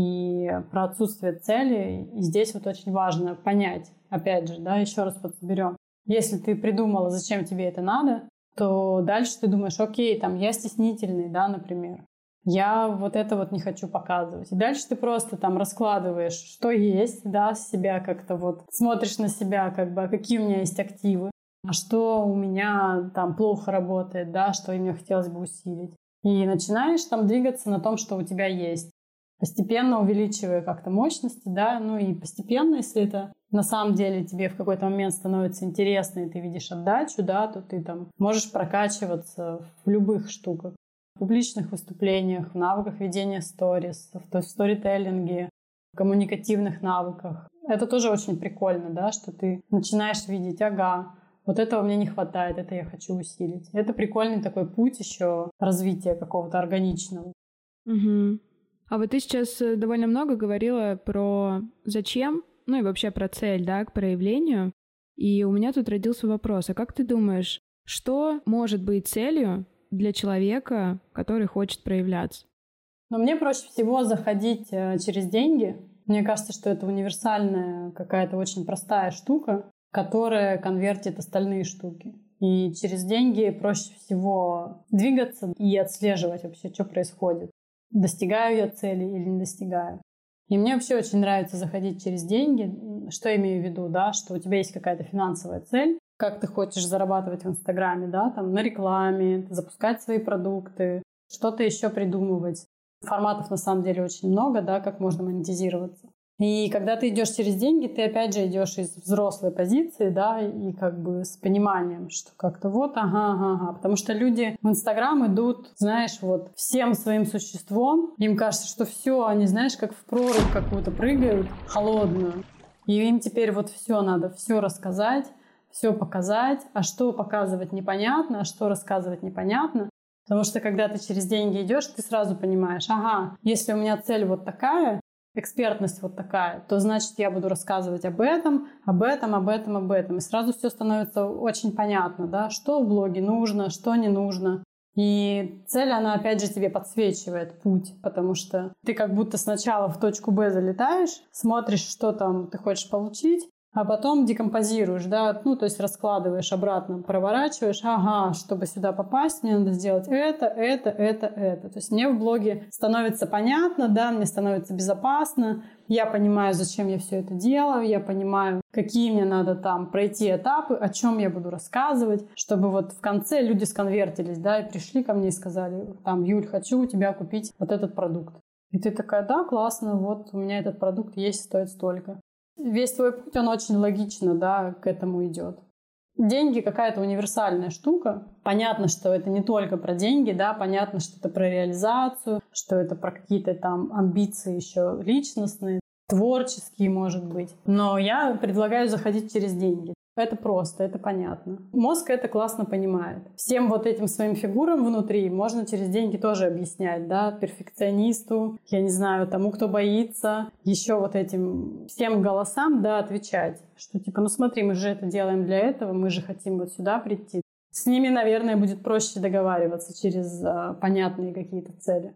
и про отсутствие цели. И здесь вот очень важно понять, опять же, да, еще раз подберем. Если ты придумала, зачем тебе это надо, то дальше ты думаешь: окей, там, я стеснительный, да, например. Я вот это вот не хочу показывать. И дальше ты просто там раскладываешь, что есть, да, себя как-то вот, смотришь на себя, как бы, а какие у меня есть активы, а что у меня там плохо работает, да, что мне хотелось бы усилить. И начинаешь там двигаться на том, что у тебя есть, постепенно увеличивая как-то мощности, да, ну и постепенно, если это на самом деле тебе в какой-то момент становится интересно, и ты видишь отдачу, да, то ты там можешь прокачиваться в любых штуках. В публичных выступлениях, в навыках ведения сторис, в сторителлинге, в коммуникативных навыках. Это тоже очень прикольно, да, что ты начинаешь видеть: ага, вот этого мне не хватает, это я хочу усилить. Это прикольный такой путь еще развития какого-то органичного. Угу. А вот ты сейчас довольно много говорила про зачем, ну и вообще про цель, да, к проявлению. И у меня тут родился вопрос: а как ты думаешь, что может быть целью для человека, который хочет проявляться? Но мне проще всего заходить через деньги. Мне кажется, что это универсальная какая-то очень простая штука, которая конвертит остальные штуки. И через деньги проще всего двигаться и отслеживать вообще, что происходит. Достигаю я цели или не достигаю. И мне вообще очень нравится заходить через деньги. Что я имею в виду, да? Что у тебя есть какая-то финансовая цель, как ты хочешь зарабатывать в Инстаграме, да, там на рекламе, запускать свои продукты, что-то еще придумывать. Форматов на самом деле очень много, да, как можно монетизироваться. И когда ты идешь через деньги, ты опять же идешь из взрослой позиции, да, и как бы с пониманием, что как-то вот, ага, ага, ага. Потому что люди в Инстаграм идут, знаешь, вот всем своим существом. Им кажется, что все, они, знаешь, как в прорубь какую-то прыгают, холодную. И им теперь вот все надо, все рассказать, все показать. А что показывать непонятно, а что рассказывать непонятно. Потому что когда ты через деньги идешь, ты сразу понимаешь, ага, если у меня цель вот такая, экспертность вот такая, то значит я буду рассказывать об этом, об этом, об этом, об этом. И сразу все становится очень понятно, да, что в блоге нужно, что не нужно. И цель, она опять же тебе подсвечивает путь, потому что ты как будто сначала в точку Б залетаешь, смотришь, что там ты хочешь получить, а потом декомпозируешь, да, ну, то есть раскладываешь обратно, проворачиваешь, ага, чтобы сюда попасть, мне надо сделать это, это, это, это. То есть мне в блоге становится понятно, да, мне становится безопасно, я понимаю, зачем я все это делаю, я понимаю, какие мне надо там пройти этапы, о чем я буду рассказывать, чтобы вот в конце люди сконвертились, да, и пришли ко мне и сказали, там, Юль, хочу у тебя купить вот этот продукт. И ты такая, да, классно, вот у меня этот продукт есть, стоит столько. Весь твой путь, он очень логично, да, к этому идет. Деньги какая-то универсальная штука. Понятно, что это не только про деньги, да, понятно, что это про реализацию, что это про какие-то там амбиции еще личностные, творческие, может быть. Но я предлагаю заходить через деньги. Это просто, это понятно. Мозг это классно понимает. Всем вот этим своим фигурам внутри можно через деньги тоже объяснять, да, перфекционисту, я не знаю, тому, кто боится, еще вот этим всем голосам, да, отвечать, что типа, ну смотри, мы же это делаем для этого, мы же хотим вот сюда прийти. С ними, наверное, будет проще договариваться через а, понятные какие-то цели.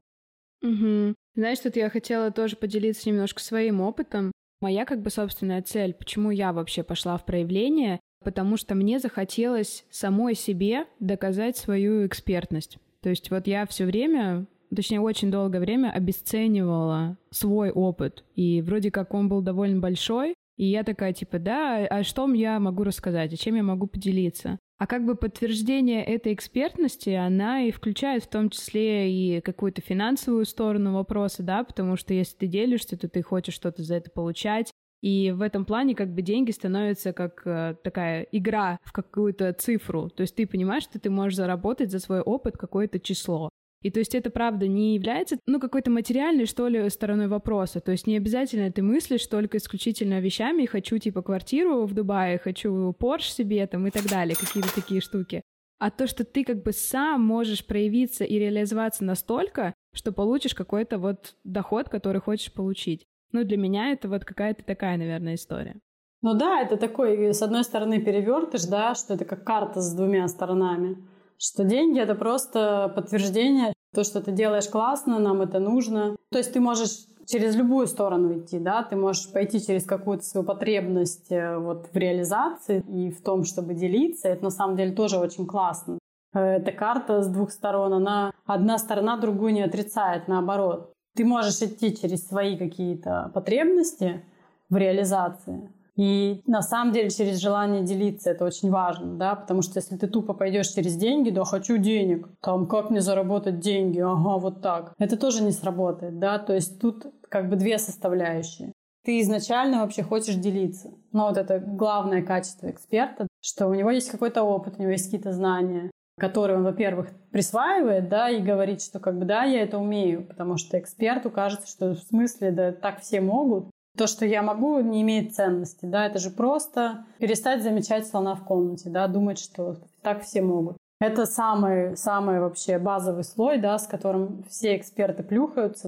Угу. Знаешь, тут я хотела тоже поделиться немножко своим опытом. Моя как бы собственная цель, почему я вообще пошла в проявление, потому что мне захотелось самой себе доказать свою экспертность. То есть вот я все время, точнее очень долгое время обесценивала свой опыт, и вроде как он был довольно большой, и я такая типа, да, а что я могу рассказать, а чем я могу поделиться? А как бы подтверждение этой экспертности, она и включает в том числе и какую-то финансовую сторону вопроса, да, потому что если ты делишься, то ты хочешь что-то за это получать. И в этом плане как бы деньги становятся как э, такая игра в какую-то цифру. То есть ты понимаешь, что ты можешь заработать за свой опыт какое-то число. И то есть это, правда, не является, ну, какой-то материальной, что ли, стороной вопроса. То есть не обязательно ты мыслишь только исключительно вещами, хочу, типа, квартиру в Дубае, хочу Порш себе, там, и так далее, какие-то такие штуки. А то, что ты как бы сам можешь проявиться и реализоваться настолько, что получишь какой-то вот доход, который хочешь получить. Ну, для меня это вот какая-то такая, наверное, история. Ну да, это такой, с одной стороны, перевертыш, да, что это как карта с двумя сторонами. Что деньги — это просто подтверждение, то, что ты делаешь классно, нам это нужно. То есть ты можешь через любую сторону идти, да, ты можешь пойти через какую-то свою потребность вот в реализации и в том, чтобы делиться. Это на самом деле тоже очень классно. Эта карта с двух сторон, она одна сторона другую не отрицает, наоборот. Ты можешь идти через свои какие-то потребности в реализации. И на самом деле через желание делиться это очень важно, да, потому что если ты тупо пойдешь через деньги, да, хочу денег, там, как мне заработать деньги, ага, вот так, это тоже не сработает, да, то есть тут как бы две составляющие. Ты изначально вообще хочешь делиться, но вот это главное качество эксперта, что у него есть какой-то опыт, у него есть какие-то знания, которые он, во-первых, присваивает, да, и говорит, что как бы да, я это умею, потому что эксперту кажется, что в смысле, да, так все могут. То, что я могу, не имеет ценности, да, это же просто перестать замечать слона в комнате, да, думать, что так все могут. Это самый, самый вообще базовый слой, да, с которым все эксперты плюхаются.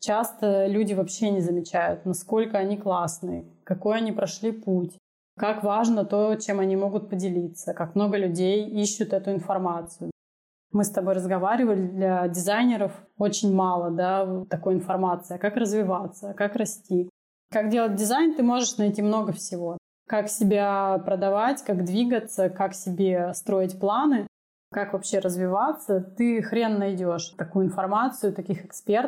Часто люди вообще не замечают, насколько они классные, какой они прошли путь, как важно то, чем они могут поделиться, как много людей ищут эту информацию. Мы с тобой разговаривали, для дизайнеров очень мало, да, такой информации, как развиваться, как расти. Как делать дизайн, ты можешь найти много всего. Как себя продавать, как двигаться, как себе строить планы, как вообще развиваться. Ты хрен найдешь такую информацию, таких экспертов.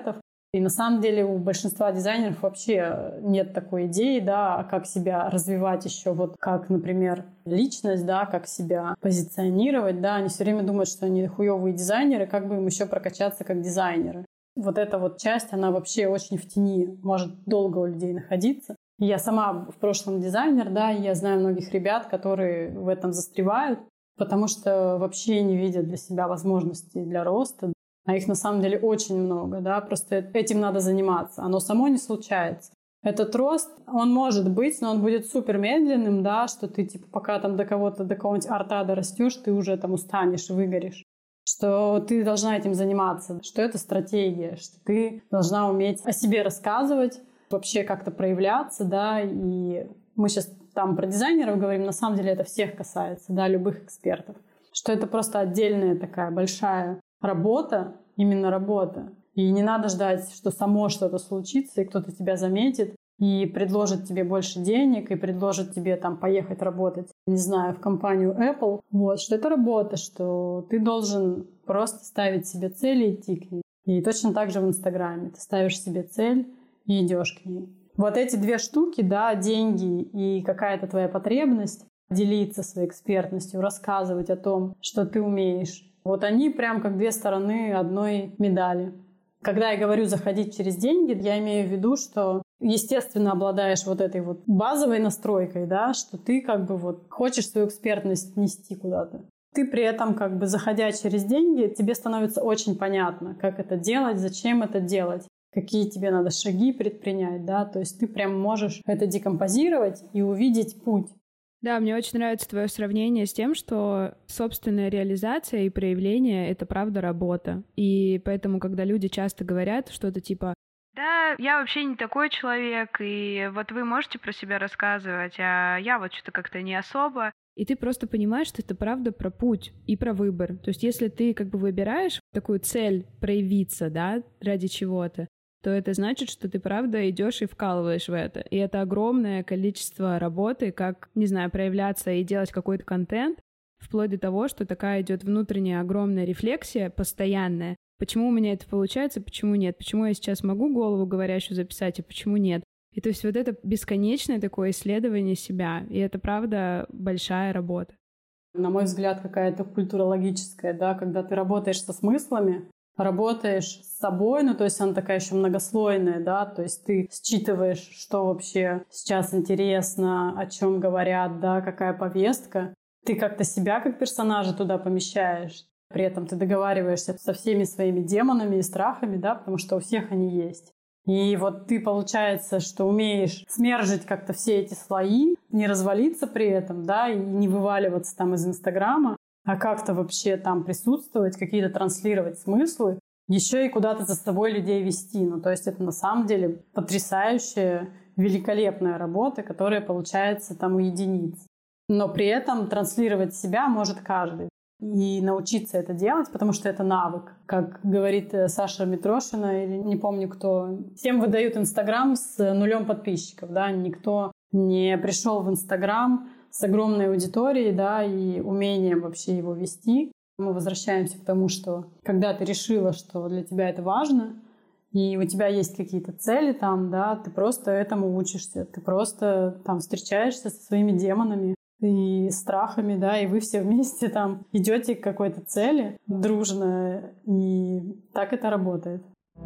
И на самом деле у большинства дизайнеров вообще нет такой идеи, да, как себя развивать еще, вот как, например, личность, да, как себя позиционировать, да, они все время думают, что они хуёвые дизайнеры, как бы им еще прокачаться как дизайнеры. Вот эта вот часть, она вообще очень в тени, может долго у людей находиться. И я сама в прошлом дизайнер, да, и я знаю многих ребят, которые в этом застревают, потому что вообще не видят для себя возможностей для роста. А их на самом деле очень много, да, просто этим надо заниматься. Оно само не случается. Этот рост, он может быть, но он будет супер медленным, да, что ты типа пока там до кого-то, до какого-нибудь арта дорастешь, ты уже там устанешь, выгоришь. Что ты должна этим заниматься, что это стратегия, что ты должна уметь о себе рассказывать, вообще как-то проявляться, да, и мы сейчас там про дизайнеров говорим, на самом деле это всех касается, да, любых экспертов, что это просто отдельная такая большая работа, именно работа. И не надо ждать, что само что-то случится, и кто-то тебя заметит, и предложит тебе больше денег, и предложит тебе там поехать работать, не знаю, в компанию Apple. Вот, что это работа, что ты должен просто ставить себе цели и идти к ней. И точно так же в Инстаграме. Ты ставишь себе цель и идешь к ней. Вот эти две штуки, да, деньги и какая-то твоя потребность, делиться своей экспертностью, рассказывать о том, что ты умеешь, вот они прям как две стороны одной медали. Когда я говорю «заходить через деньги», я имею в виду, что, естественно, обладаешь вот этой вот базовой настройкой, да, что ты как бы вот хочешь свою экспертность нести куда-то. Ты при этом, как бы заходя через деньги, тебе становится очень понятно, как это делать, зачем это делать, какие тебе надо шаги предпринять, да, то есть ты прям можешь это декомпозировать и увидеть путь. Да, мне очень нравится твое сравнение с тем, что собственная реализация и проявление — это правда работа. И поэтому, когда люди часто говорят что-то типа «Да, я вообще не такой человек, и вот вы можете про себя рассказывать, а я вот что-то как-то не особо», и ты просто понимаешь, что это правда про путь и про выбор. То есть если ты как бы выбираешь такую цель проявиться, да, ради чего-то, то это значит, что ты правда идешь и вкалываешь в это. И это огромное количество работы, как, не знаю, проявляться и делать какой-то контент, вплоть до того, что такая идет внутренняя огромная рефлексия постоянная. Почему у меня это получается, почему нет? Почему я сейчас могу голову говорящую записать, а почему нет? И то есть вот это бесконечное такое исследование себя. И это правда большая работа. На мой взгляд, какая-то культурологическая, да, когда ты работаешь со смыслами, работаешь с собой, ну, то есть она такая еще многослойная, да, то есть ты считываешь, что вообще сейчас интересно, о чем говорят, да, какая повестка. Ты как-то себя как персонажа туда помещаешь. При этом ты договариваешься со всеми своими демонами и страхами, да, потому что у всех они есть. И вот ты, получается, что умеешь смержить как-то все эти слои, не развалиться при этом, да, и не вываливаться там из Инстаграма, а как-то вообще там присутствовать, какие-то транслировать смыслы, еще и куда-то за собой людей вести. Ну, то есть это на самом деле потрясающая, великолепная работа, которая получается там у единиц. Но при этом транслировать себя может каждый. И научиться это делать, потому что это навык. Как говорит Саша Митрошина, или не помню кто, всем выдают Инстаграм с нулем подписчиков. Да? Никто не пришел в Инстаграм с огромной аудиторией, да, и умением вообще его вести. Мы возвращаемся к тому, что когда ты решила, что для тебя это важно, и у тебя есть какие-то цели там, да, ты просто этому учишься, ты просто там встречаешься со своими демонами и страхами, да, и вы все вместе там идете к какой-то цели дружно, и так это работает.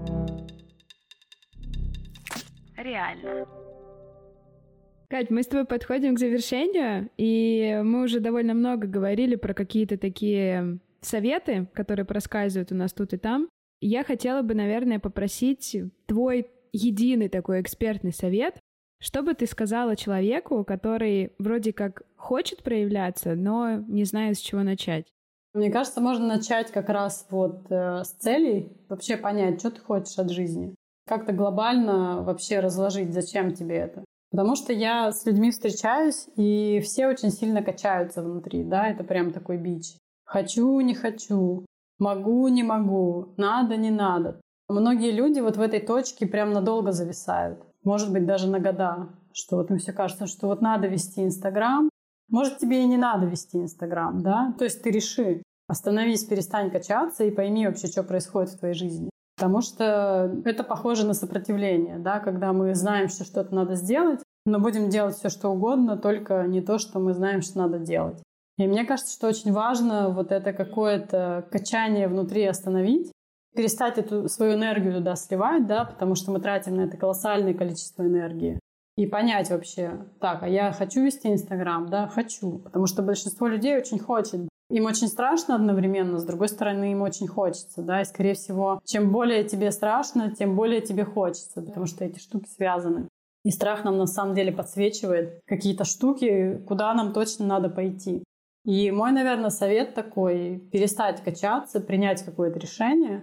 Реально. Кать, мы с тобой подходим к завершению, и мы уже довольно много говорили про какие-то такие советы, которые проскальзывают у нас тут и там. Я хотела бы, наверное, попросить твой единый такой экспертный совет. Что бы ты сказала человеку, который вроде как хочет проявляться, но не знает, с чего начать? Мне кажется, можно начать как раз вот э, с целей, вообще понять, что ты хочешь от жизни. Как-то глобально вообще разложить, зачем тебе это. Потому что я с людьми встречаюсь, и все очень сильно качаются внутри, да, это прям такой бич. Хочу, не хочу, могу, не могу, надо, не надо. Многие люди вот в этой точке прям надолго зависают. Может быть, даже на года, что вот им все кажется, что вот надо вести Инстаграм. Может, тебе и не надо вести Инстаграм, да? То есть ты реши, остановись, перестань качаться и пойми вообще, что происходит в твоей жизни. Потому что это похоже на сопротивление, да, когда мы знаем, что что-то надо сделать, но будем делать все, что угодно, только не то, что мы знаем, что надо делать. И мне кажется, что очень важно вот это какое-то качание внутри остановить, перестать эту свою энергию туда сливать, да, потому что мы тратим на это колоссальное количество энергии. И понять вообще, так, а я хочу вести Инстаграм? Да, хочу. Потому что большинство людей очень хочет. Им очень страшно одновременно, с другой стороны, им очень хочется, да, и, скорее всего, чем более тебе страшно, тем более тебе хочется, потому что эти штуки связаны. И страх нам на самом деле подсвечивает какие-то штуки, куда нам точно надо пойти. И мой, наверное, совет такой — перестать качаться, принять какое-то решение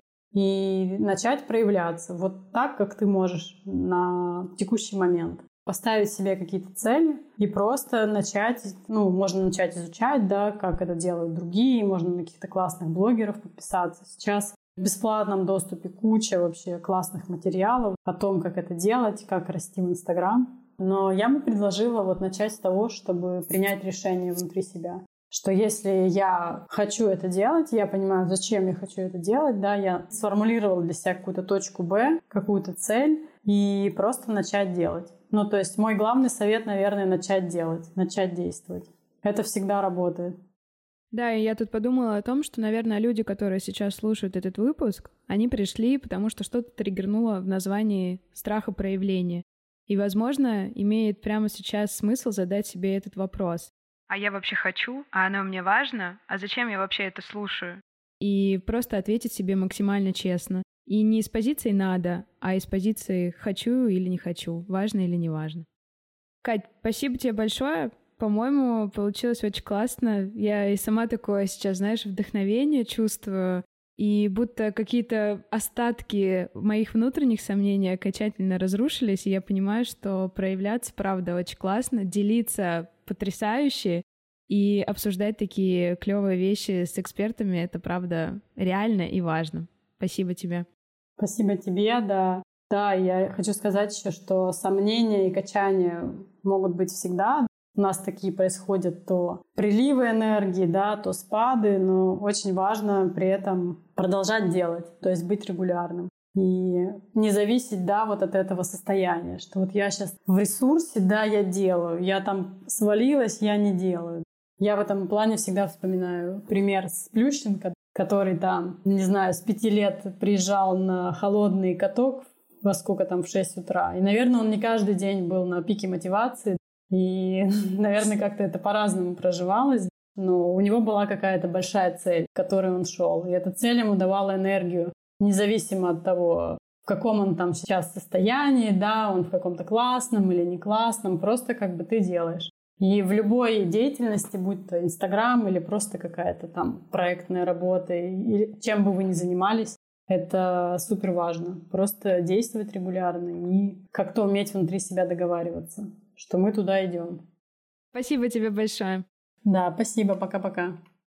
и начать проявляться вот так, как ты можешь на текущий момент. Поставить себе какие-то цели и просто начать, ну, можно начать изучать, да, как это делают другие, можно на каких-то классных блогеров подписаться. Сейчас в бесплатном доступе куча вообще классных материалов о том, как это делать, как расти в Инстаграм. Но я бы предложила вот начать с того, чтобы принять решение внутри себя. Что если я хочу это делать, я понимаю, зачем я хочу это делать, да, я сформулировала для себя какую-то точку Б, какую-то цель, и просто начать делать. Ну, то есть мой главный совет, наверное, начать делать, начать действовать. Это всегда работает. Да, и я тут подумала о том, что, наверное, люди, которые сейчас слушают этот выпуск, они пришли, потому что что-то триггернуло в названии страха проявления. И, возможно, имеет прямо сейчас смысл задать себе этот вопрос. А я вообще хочу? А оно мне важно? А зачем я вообще это слушаю? И просто ответить себе максимально честно. И не из позиции «надо», а из позиции «хочу» или «не хочу», «важно» или «не важно». Кать, спасибо тебе большое. По-моему, получилось очень классно. Я и сама такое сейчас, знаешь, вдохновение чувствую. И будто какие-то остатки моих внутренних сомнений окончательно разрушились, и я понимаю, что проявляться, правда, очень классно, делиться потрясающе, и обсуждать такие клевые вещи с экспертами — это, правда, реально и важно. Спасибо тебе. Спасибо тебе, да. Да, я хочу сказать еще, что сомнения и качания могут быть всегда. У нас такие происходят то приливы энергии, да, то спады, но очень важно при этом продолжать делать, то есть быть регулярным. И не зависеть, да, вот от этого состояния, что вот я сейчас в ресурсе, да, я делаю, я там свалилась, я не делаю. Я в этом плане всегда вспоминаю пример с Плющенко, который там, не знаю, с пяти лет приезжал на холодный каток во сколько там, в шесть утра. И, наверное, он не каждый день был на пике мотивации. И, наверное, как-то это по-разному проживалось. Но у него была какая-то большая цель, к которой он шел. И эта цель ему давала энергию, независимо от того, в каком он там сейчас состоянии, да, он в каком-то классном или не классном, просто как бы ты делаешь. И в любой деятельности, будь то Инстаграм или просто какая-то там проектная работа, или чем бы вы ни занимались, это супер важно. Просто действовать регулярно и как-то уметь внутри себя договариваться, что мы туда идем. Спасибо тебе большое. Да, спасибо. Пока-пока.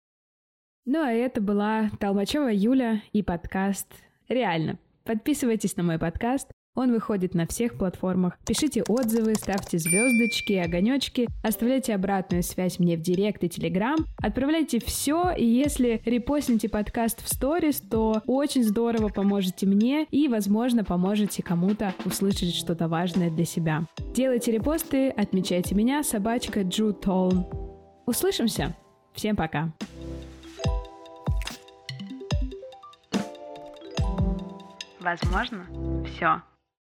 Ну, а это была Толмачева Юля и подкаст «Реально». Подписывайтесь на мой подкаст. Он выходит на всех платформах. Пишите отзывы, ставьте звездочки, огонечки, оставляйте обратную связь мне в Директ и Телеграм, отправляйте все, и если репостните подкаст в сторис, то очень здорово поможете мне и, возможно, поможете кому-то услышать что-то важное для себя. Делайте репосты, отмечайте меня, собачка Джу Толн. Услышимся. Всем пока. Возможно, все.